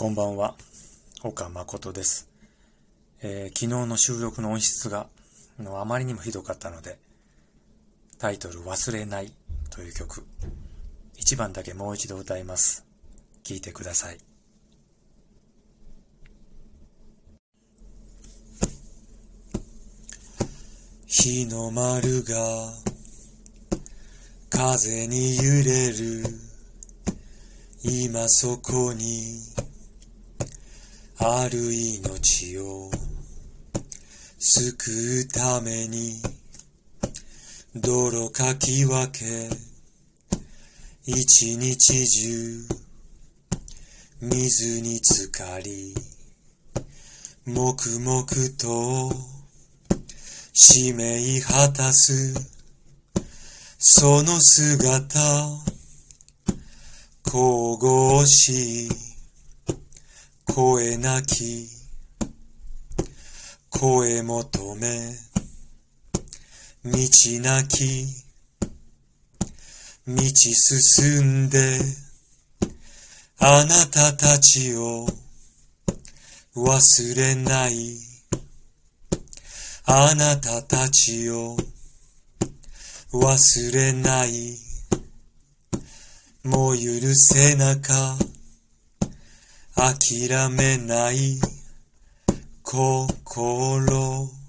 こんばんは、岡誠です。昨日の収録の音質があまりにもひどかったので、タイトル忘れないという曲、1番だけもう一度歌います。聴いてください。日の丸が風に揺れる、今そこにある命を救うために泥かき分け、一日中水に浸かり、黙々と使命果たすその姿、神々しい声なき声求め、道なき道進んで、あなたたちを忘れない、あなたたちを忘れない、もう許せなか諦めない心。